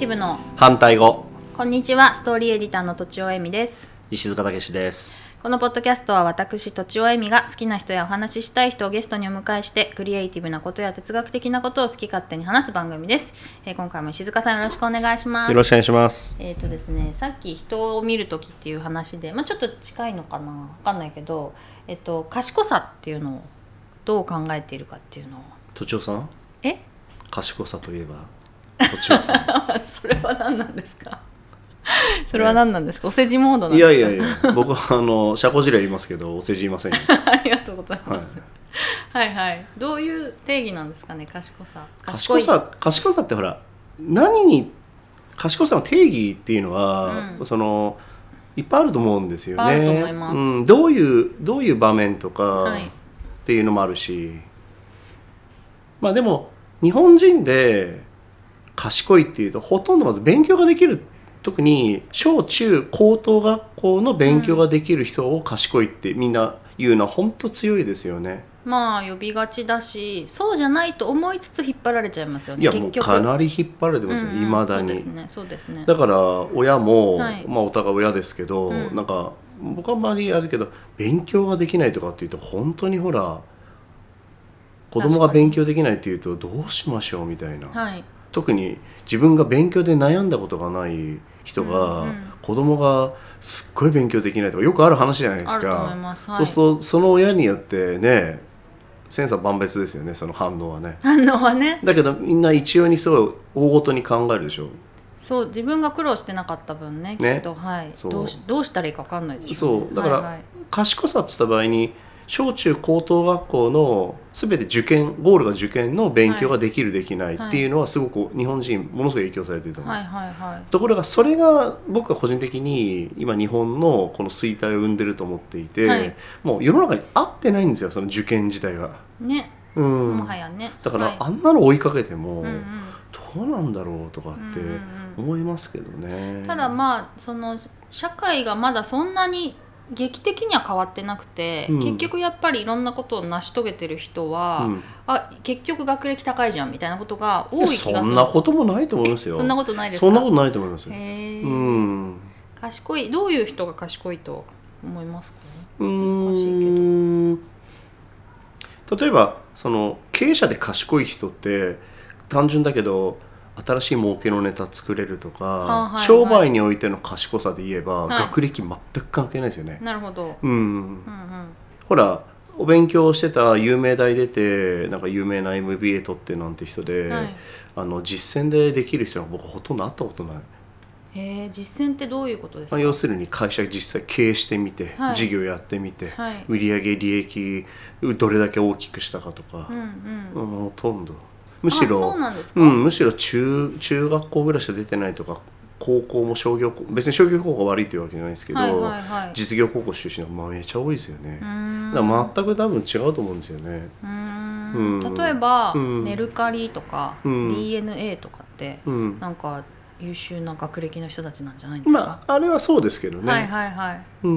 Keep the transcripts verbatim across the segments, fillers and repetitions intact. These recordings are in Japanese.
ブの反対語。 こんにちは、ストーリーエディターのとちおえみです。 石塚武史です。 このポッドキャストは私とちおえみが好きな人やお話ししたい人をゲストにお迎えしてクリエイティブなことや哲学的なことを好き勝手に話す番組です。えー、今回も石塚さんよろしくお願いします。 よろしくお願いします。 えーとですね、さっき人を見るときっていう話で、まあ、ちょっと近いのかな、わかんないけど、えっと、賢さっていうのをどう考えているかっていうのを。 とちおさん？ え？ 賢さといえばとちおさんそれは何なんですか？それは何なんですか？お世辞モードなんですか？ いやいやいや、僕はあの社交辞令言いますけどお世辞言いませんよありがとうございます、はい、はいはい。どういう定義なんですかね、賢さ。賢い賢さ賢さってほら、何に賢さの定義っていうのは、うん、そのいっぱいあると思うんですよね。 あると思います、 うん、どういうどういう場面とかっていうのもあるし、はい、まあでも日本人で賢いっていうとほとんどまず勉強ができる、特に小中高等学校の勉強ができる人を賢いってみんな言うのは本当強いですよね。 まあ呼びがちだし、そうじゃないと思いつつ引っ張られちゃいますよね。 いやもうかなり引っ張られてますよ、いま、うんうん、だに。 そうですね、そうですね。 だから親も、 はい、 まあお互い親ですけど、うん、なんか僕はあんまりあるけど勉強ができないとかっていうと本当にほら子供が勉強できないっていうとどうしましょうみたいな、 はい、特に自分が勉強で悩んだことがない人が、うんうん、子供がすっごい勉強できないとかよくある話じゃないですか。 あると思います、はい、 そうするとその親によってね千差万別ですよね、その反応はね。 反応はね。 だけどみんな一様にすごい大ごとに考えるでしょ。 そう、自分が苦労してなかった分ね、きっと、ね、はい、どうし、どうしたらいいか分かんないでしょうね。 そうだから、はいはい、賢さって言った場合に小中高等学校の全て受験ゴールが受験の勉強ができる、はい、できないっていうのはすごく日本人ものすごい影響されていると思う、 はいはいはい、 ところがそれが僕は個人的に今日本のこの衰退を生んでると思っていて、はい、もう世の中に合ってないんですよ、その受験自体がね、うん、もはやね。 だから、はい、あんなの追いかけても、うんうん、どうなんだろうとかって思いますけどね、うんうん、 ただまあその社会がまだそんなに劇的には変わってなくて、うん、結局やっぱりいろんなことを成し遂げてる人は、うん、あ結局学歴高いじゃんみたいなことが多い気がする。 そんなこともないと思いますよ。 そんなことないですか？ そんなことないと思いますよ。 へー、 うん、 賢い、どういう人が賢いと思いますか？ うーん、難しいけど、例えばその経営者で賢い人って単純だけど新しい儲けのネタ作れるとか、はあはいはい、商売においての賢さで言えば、はい、学歴全く関係ないですよね。 なるほど、 うんうんうん、ほらお勉強してた有名大出てなんか有名な エムビーエー 取ってなんて人で、はい、あの実践でできる人は僕ほとんど会ったことない。 へー、実践ってどういうことですか？ まあ、要するに会社実際経営してみて、はい、事業やってみて、はい、売上利益どれだけ大きくしたかとか、うんうん、ほとんどむしろ、 そうなんですか？ うん、むしろ 中, 中学校ぐらいしか出てないとか、高校も商業別に商業高校が悪いっていうわけじゃないですけど、はいはいはい、実業高校出身はまあめちゃ多いですよね。だから全く多分違うと思うんですよね。 うーん、うん、例えば、うん、メルカリとか、うん、ディーエヌエー とかって、うん、なんか優秀な学歴の人たちなんじゃないですか？ まあ、あれはそうですけどね、 はいはいはい、 うん、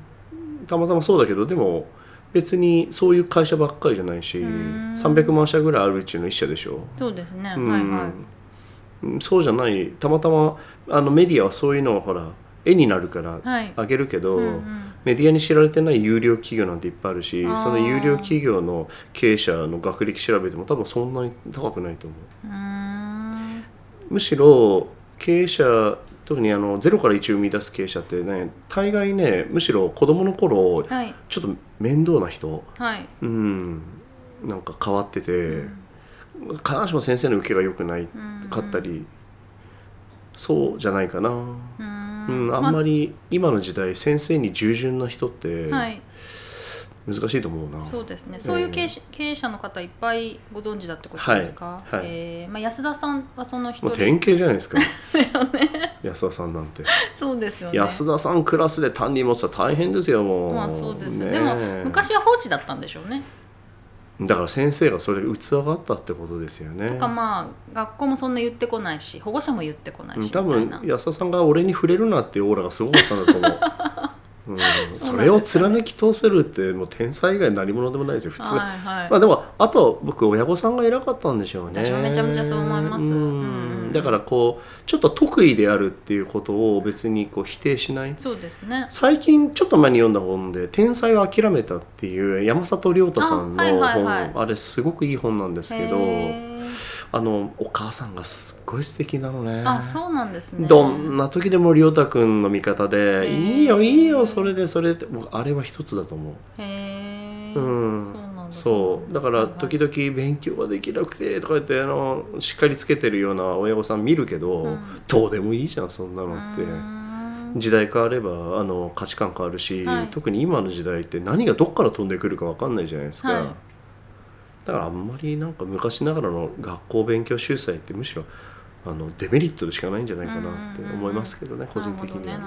たまたまそうだけど、でも別にそういう会社ばっかりじゃないし、さんびゃくまん社ぐらいあるうちのいっ社でしょ。 そうですね、うん、はいはい、 そうじゃない、たまたまあのメディアはそういうのをほら絵になるからあげるけど、はい、うんうん、メディアに知られてない有料企業なんていっぱいあるし、その有料企業の経営者の学歴調べても多分そんなに高くないと思う。うーん、むしろ経営者、特にあのゼロからいちを生み出す経営者ってね、大概ね、むしろ子供の頃、はい、ちょっと面倒な人、はい、うん、なんか変わってて、うん、必ずしも先生の受けが良くないかったり、うん、そうじゃないかな。うん、うん、あんまり今の時代先生に従順な人って難しいと思うな、はい、そうですね。 そういう経営者、えー、経営者の方いっぱいご存知だってことですか？はいはい、えーまあ、安田さんはその一人。 もう典型じゃないですか安田さんなんて。 そうですよね。 安田さんクラスで担任持つと大変ですよ、もう。 まあそうです、ね、でも昔は放置だったんでしょうね。 だから先生がそれで器があったってことですよね。 とか、まあ学校もそんな言ってこないし、保護者も言ってこないし、 多分安田さんが俺に触れるなっていうオーラがすごかったんだと思ううん、それを貫き通せるってもう天才以外何者でもないですよ普通、はいはい、まあ、でもあと僕親御さんが偉かったんでしょうね。 私もめちゃめちゃそう思います。うん、うん、 ん、だからこうちょっと得意であるっていうことを別にこう否定しない。 そうですね。 最近ちょっと前に読んだ本で「天才は諦めた」っていう山里亮太さんの本 あ,、はいはいはい、あれすごくいい本なんですけど、あのお母さんがすっごい素敵なのね。 あ、そうなんですね。 どんな時でも亮太くんの味方でいいよいいよそれでそれで僕あれは一つだと思う。 へー、うん、そうなんだ。そうだから時々勉強はできなくてとか言ってあのしっかりつけてるような親御さん見るけど、うん、どうでもいいじゃんそんなのって。時代変わればあの価値観変わるし、はい、特に今の時代って何がどっから飛んでくるか分かんないじゃないですか、はい、だからあんまりなんか昔ながらの学校勉強秀才ってむしろあのデメリットでしかないんじゃないかなって思いますけどね、個人的には。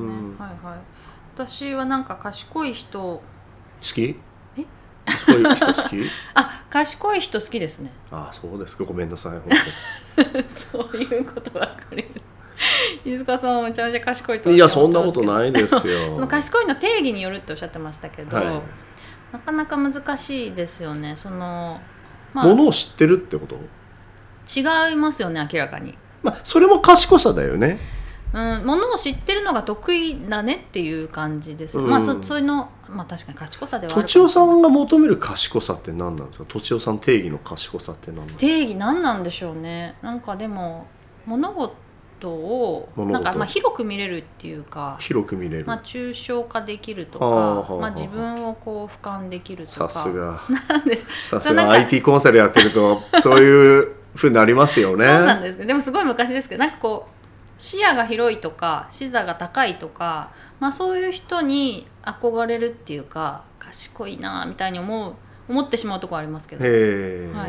私はなんか賢い人好き？え？賢い人好き？ あ、賢い人好きですね。 あ、そうですか。ごめんなさい。 そういうことばっかり。飯塚さんはめちゃめちゃ賢いと思いやそんなことないですよ。 その賢いの定義によるっておっしゃってましたけど、はい、なかなか難しいですよね。その、 まあ、ものを知ってるってこと？ 違いますよね明らかに。 まあそれも賢さだよね。 うん、ものを知ってるのが得意だねっていう感じです、うん、まあ そ, そういうの、まあ、確かに賢さではあるかもしれない。 とちおさんが求める賢さって何なんですか？とちおさん定義の賢さって何なんですか？ 定義何なんでしょうね。なんかでも物事をなんかまあ広く見れるっていうか、 広く見れる、 まあ、抽象化できるとか、まあ、自分をこう俯瞰できるとか。 さすがなんでさすが アイティー コンサルやってるとそういうふうになりますよね。 そうなんですね。でもすごい昔ですけどなんかこう視野が広いとか視座が高いとか、まあ、そういう人に憧れるっていうか賢いなみたいに思う思ってしまうところありますけど。 へー、はい、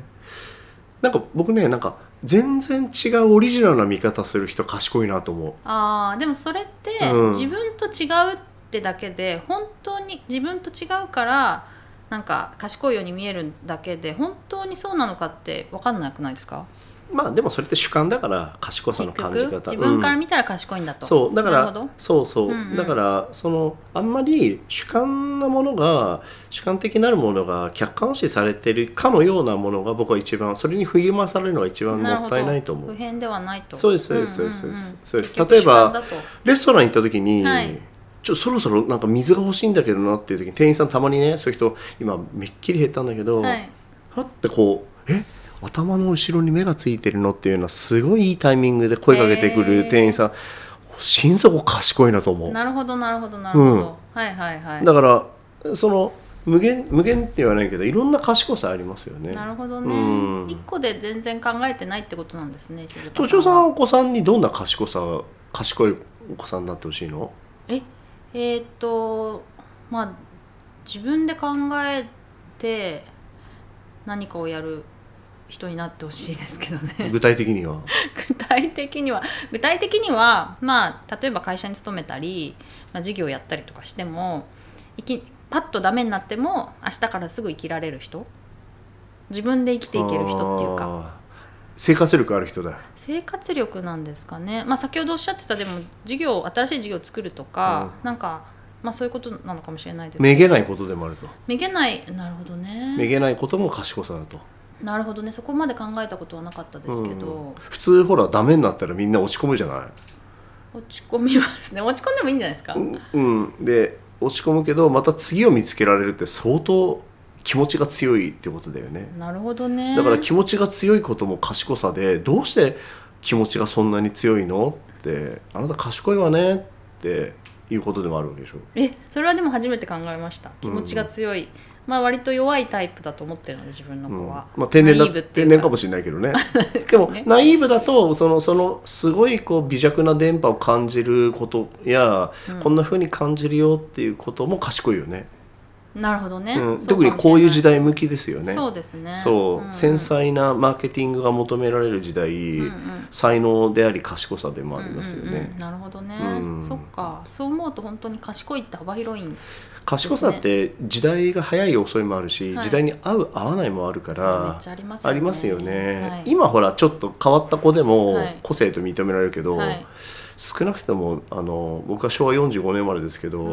なんか僕ねなんか全然違うオリジナルな見方する人賢いなと思う。 あーでもそれって、うん、自分と違うってだけで本当に自分と違うからなんか賢いように見えるだけで本当にそうなのかって分かんなくないですか？ まあでもそれって主観だから賢さの感じ方、 自分から見たら賢いんだと、 うん、そうだからそうそう、うんうん、だからそのあんまり主観なものが主観的なるものが客観視されてるかのようなものが僕は一番それに振り回されるのが一番もったいないと思う。 普遍ではないと。 そうですそうですそうですそうです。例えばレストラン行った時に、はい、ちょそろそろなんか水が欲しいんだけどなっていう時に店員さんたまにねそういう人今めっきり減ったんだけど、はい、はってこうえ頭の後ろに目がついてるのっていうのはすごいいいタイミングで声かけてくる店員さん、心底賢いなと思う。 なるほどなるほどなるほど、うん、はいはいはい。 だからその無限無限って言わないけどいろんな賢さありますよね。 なるほどね、うん、一個で全然考えてないってことなんですね。 とちおさんはお子さんにどんな賢さ賢いお子さんになってほしいの？ ええー、っとまあ自分で考えて何かをやる人になってほしいですけどね。 具体的には具体的には具体的にはまあ例えば会社に勤めたり、まあ、事業やったりとかしてもいきパッとダメになっても明日からすぐ生きられる人、自分で生きていける人っていうか生活力ある人だ。 生活力なんですかね、まあ、先ほどおっしゃってたでも事業新しい事業を作るとか、うん、なんかまあそういうことなのかもしれないですけど、 めげないことでもあると。 めげない、なるほどね。 めげないことも賢さだと。 なるほどね。そこまで考えたことはなかったですけど、うん、 普通ほらダメになったらみんな落ち込むじゃない。 落ち込みますね。落ち込んでもいいんじゃないですか。うん、 うん、で落ち込むけどまた次を見つけられるって相当気持ちが強いってことだよね。 なるほどね。 だから気持ちが強いことも賢さで、どうして気持ちがそんなに強いのってあなた賢いわねっていうことでもあるわけでしょ。 えそれはでも初めて考えました。気持ちが強い、うん、まあ割と弱いタイプだと思ってるので自分の子は、 うん、まあ、天然だ天然かもしれないけどねでもナイーブだとそのそのすごいこう微弱な電波を感じることや、うん、こんな風に感じるよっていうことも賢いよね。 なるほどね、 うん、特にこういう時代向きですよね。 そうですね。 そう、うんうん、繊細なマーケティングが求められる時代、うんうん、才能であり賢さでもありますよね、うんうんうん、 なるほどね、うん、そっか。そう思うと本当に賢いって幅広いんですね。 賢さって時代が早い遅いもあるし、はい、時代に合う合わないもあるからめっちゃありますよね。 ありますよね、はい、今ほらちょっと変わった子でも個性と認められるけど、はい、少なくともあの僕はしょうわよんじゅうごねん生まれですけど、うん、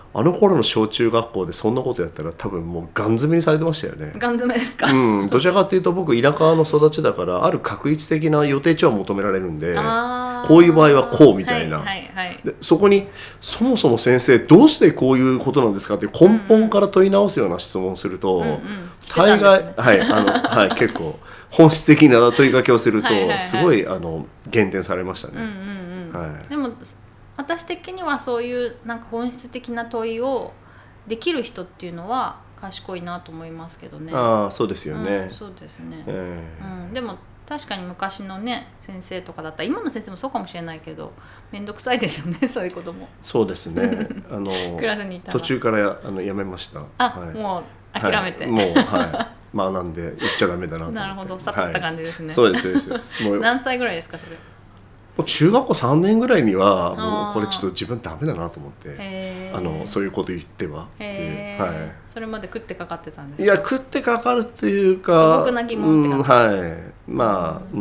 あの頃の小中学校でそんなことやったら多分もうガン詰めにされてましたよね。 ガン詰めですか？ うん、どちらかというと僕田舎の育ちだからある確一的な予定調は求められるんで、こういう場合はこうみたいな、はいはいはい、でそこにそもそも先生どうしてこういうことなんですかって根本から問い直すような質問をすると、うんうん、大概、ね、はいあのはい、結構本質的な問いかけをするとはいはい、はい、すごいあの減点されましたね。うんうんうん、はい、 でも私的にはそういうなんか本質的な問いをできる人っていうのは賢いなと思いますけどね。 ああ、そうですよね、 うん、そうですね、えーうん、でも確かに昔のね先生とかだったら今の先生もそうかもしれないけど面倒くさいでしょうねそういうことも。 そうですねあのクラスにいたら途中からやあのやめました。 あ、はい、もう諦めて、 はい、もうはいまあなんで言っちゃダメだなと思って。 なるほど、悟った感じですね、 はい、そうですそうですもう何歳ぐらいですかそれ？ 中学校さんねんぐらいにはもうこれちょっと自分ダメだなと思ってあのそういうこと言ってはっていう、はい、 それまで食ってかかってたんですか？ いや食ってかかるっていうか素朴な疑問って感じ、 うん、はいまあ、うん、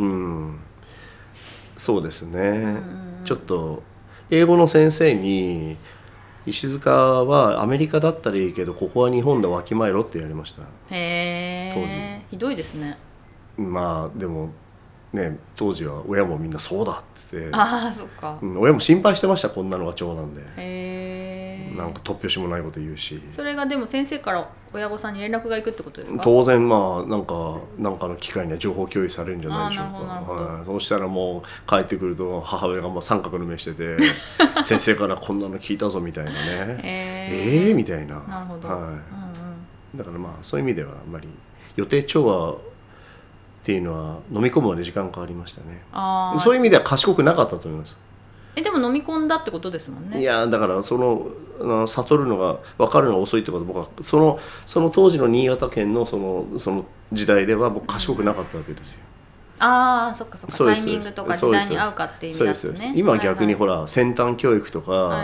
そうですね、うんうんうん、ちょっと英語の先生に石塚はアメリカだったらいいけどここは日本でわきまえろって言われました。 へー、ひどいですね。 まあでもね、当時は親もみんなそうだっつって、 ああそっか、 うん、親も心配してました。こんなのが長男で、 へなんか突拍子もないこと言うし。 それがでも先生から親御さんに連絡が行くってことですか？ 当然まあなんかなんかの機会には情報共有されるんじゃないでしょうか。はい、そうしたらもう帰ってくると母親がまあ三角の目してて先生からこんなの聞いたぞみたいなねえー、えーみたいな。 なるほど、 はい、 うんうん、 だからまあそういう意味ではあんまり予定調和っていうのは飲み込むまで時間かかりましたね。あ、そういう意味では賢くなかったと思います。 えでも飲み込んだってことですもんね。 いやだからその悟るのが分かるのが遅いってことは僕はそのその当時の新潟県のそのその時代では僕賢くなかったわけですよ。 うん、ああそっかそっか、タイミングとか時代に合うかっていう意味だとね。 今は逆にほら、はいはい、先端教育とか、はい、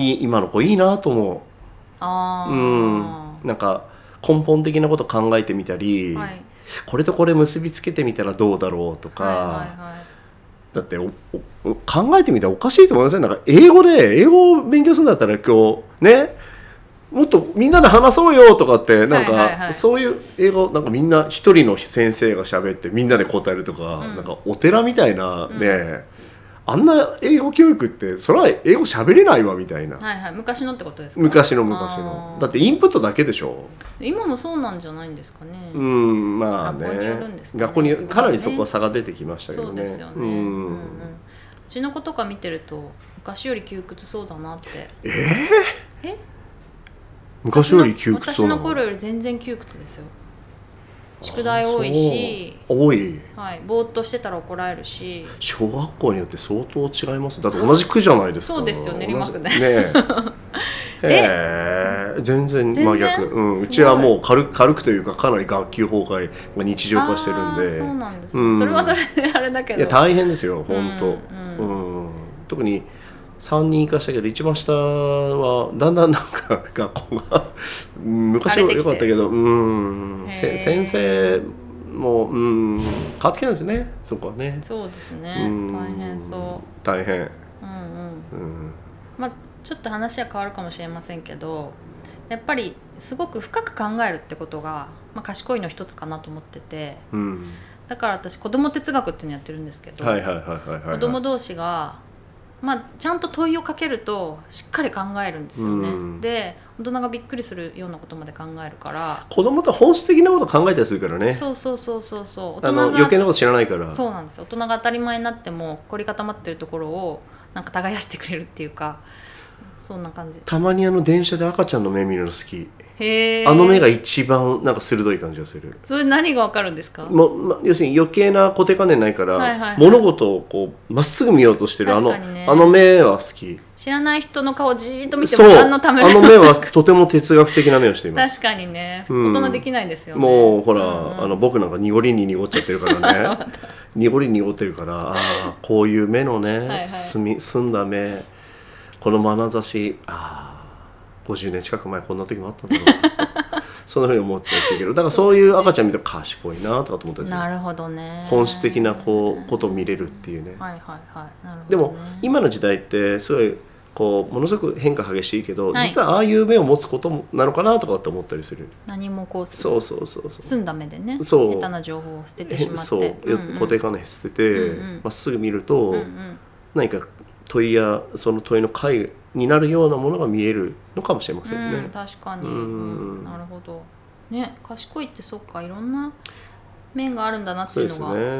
いい今の子いいなと思う。あ、うん、なんか根本的なこと考えてみたり、はい、これとこれ結びつけてみたらどうだろうとか、はいはいはい、だっておお考えてみたらおかしいと思いません？なんか英語で英語を勉強するんだったら今日ねもっとみんなで話そうよとかってなんか、はいはいはい、そういう英語なんかみんな一人の先生が喋ってみんなで答えるとか、うん、なんかお寺みたいなね、うんあんな英語教育ってそれは英語喋れないわみたいな、 はいはい、昔のってことですか？ 昔の昔のだってインプットだけでしょ。 今もそうなんじゃないんですかね。 うんまあね、学校によるんですかね。学校にかなりそこは差が出てきましたけどね。 そうですよね、うんうんうん、うちの子とか見てると昔より窮屈そうだなって。 えー、え昔より窮屈そうなの？ 私の頃より全然窮屈ですよ。宿題多いし多い、 はい、ぼーっとしてたら怒られるし。 小学校によって相当違います。だって同じ区じゃないですか。 そうですよ練馬区でねええ全然真逆、うん、うちはもう軽く、軽くというかかなり学級崩壊が日常化してるんで。 そうなんですね、うん、それはそれであれだけど。 いや大変ですよ本当、うんうんうん、特にさんにん行かしたけど一番下はだんだんなんか学校が昔は良かったけどうん先生もうん変わってきたんですねそこはね。 そうですね大変そう。 大変、うんうんうん、 まあちょっと話は変わるかもしれませんけどやっぱりすごく深く考えるってことが、まあ、賢いの一つかなと思ってて、うん、だから私子ども哲学っていうのやってるんですけど子ども同士がまあ、ちゃんと問いをかけるとしっかり考えるんですよね、うん、で大人がびっくりするようなことまで考えるから子供って本質的なこと考えたりするからね。 そうそうそうそうそう大人があの余計なこと知らないから。 そうなんですよ。大人が当たり前になっても凝り固まってるところをなんか耕してくれるっていうかそんな感じ。 たまにあの電車で赤ちゃんの目見るの好き。 へあの目が一番なんか鋭い感じがする。 それ何がわかるんですか？ も、ま、要するに余計な固定観念ないから、はいはいはい、物事をこうまっすぐ見ようとしてるあの、ね、あの目は好き。 知らない人の顔をじーっと見ても何のためあの目はとても哲学的な目をしています。 確かにね大人できないですよね、 うん、もうほら、うんうん、あの僕なんか濁りに濁っちゃってるからね濁りに濁ってるからあこういう目のね、はいはい、澄み澄んだ目この眼差しあごじゅうねん近く前こんな時もあったんだろうそんなふうに思ったりするけどだからそういう赤ちゃん見て賢いなとかと思ったりする。 なるほどね。 本質的なこうことを見れるっていうね。 はいはいはい。なるほどね。 でも今の時代ってすごいこうものすごく変化激しいけど、はい、実はああいう目を持つことなのかなとかって思ったりする。 何もこうそうそうそうそう澄んだ目でね、下手な情報を捨ててしまって、そう、 うんうん、固定観念捨てて、うんうん、まっすぐ見ると、うんうん、何か問いやその問いの解になるようなものが見えるのかもしれませんね。 うん、確かに、うん、なるほどね。賢いってそっか、いろんな面があるんだなっていうのが、ね、うん、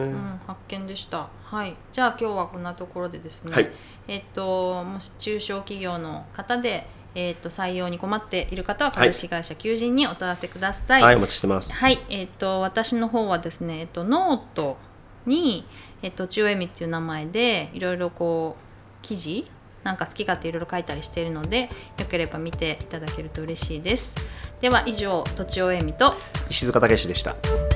発見でした。はい、じゃあ今日はこんなところでですね、はい、えっともし中小企業の方で、えっと採用に困っている方は株式会社求人にお問い合わせください。 はい、お待ちしてます。 はい、えっと私の方はですね、えっとノートにえっとちおえみっていう名前でいろいろこう記事なんか好き勝手いろいろ書いたりしているので、よければ見ていただけると嬉しいです。では以上、とちおえみと石塚武史でした。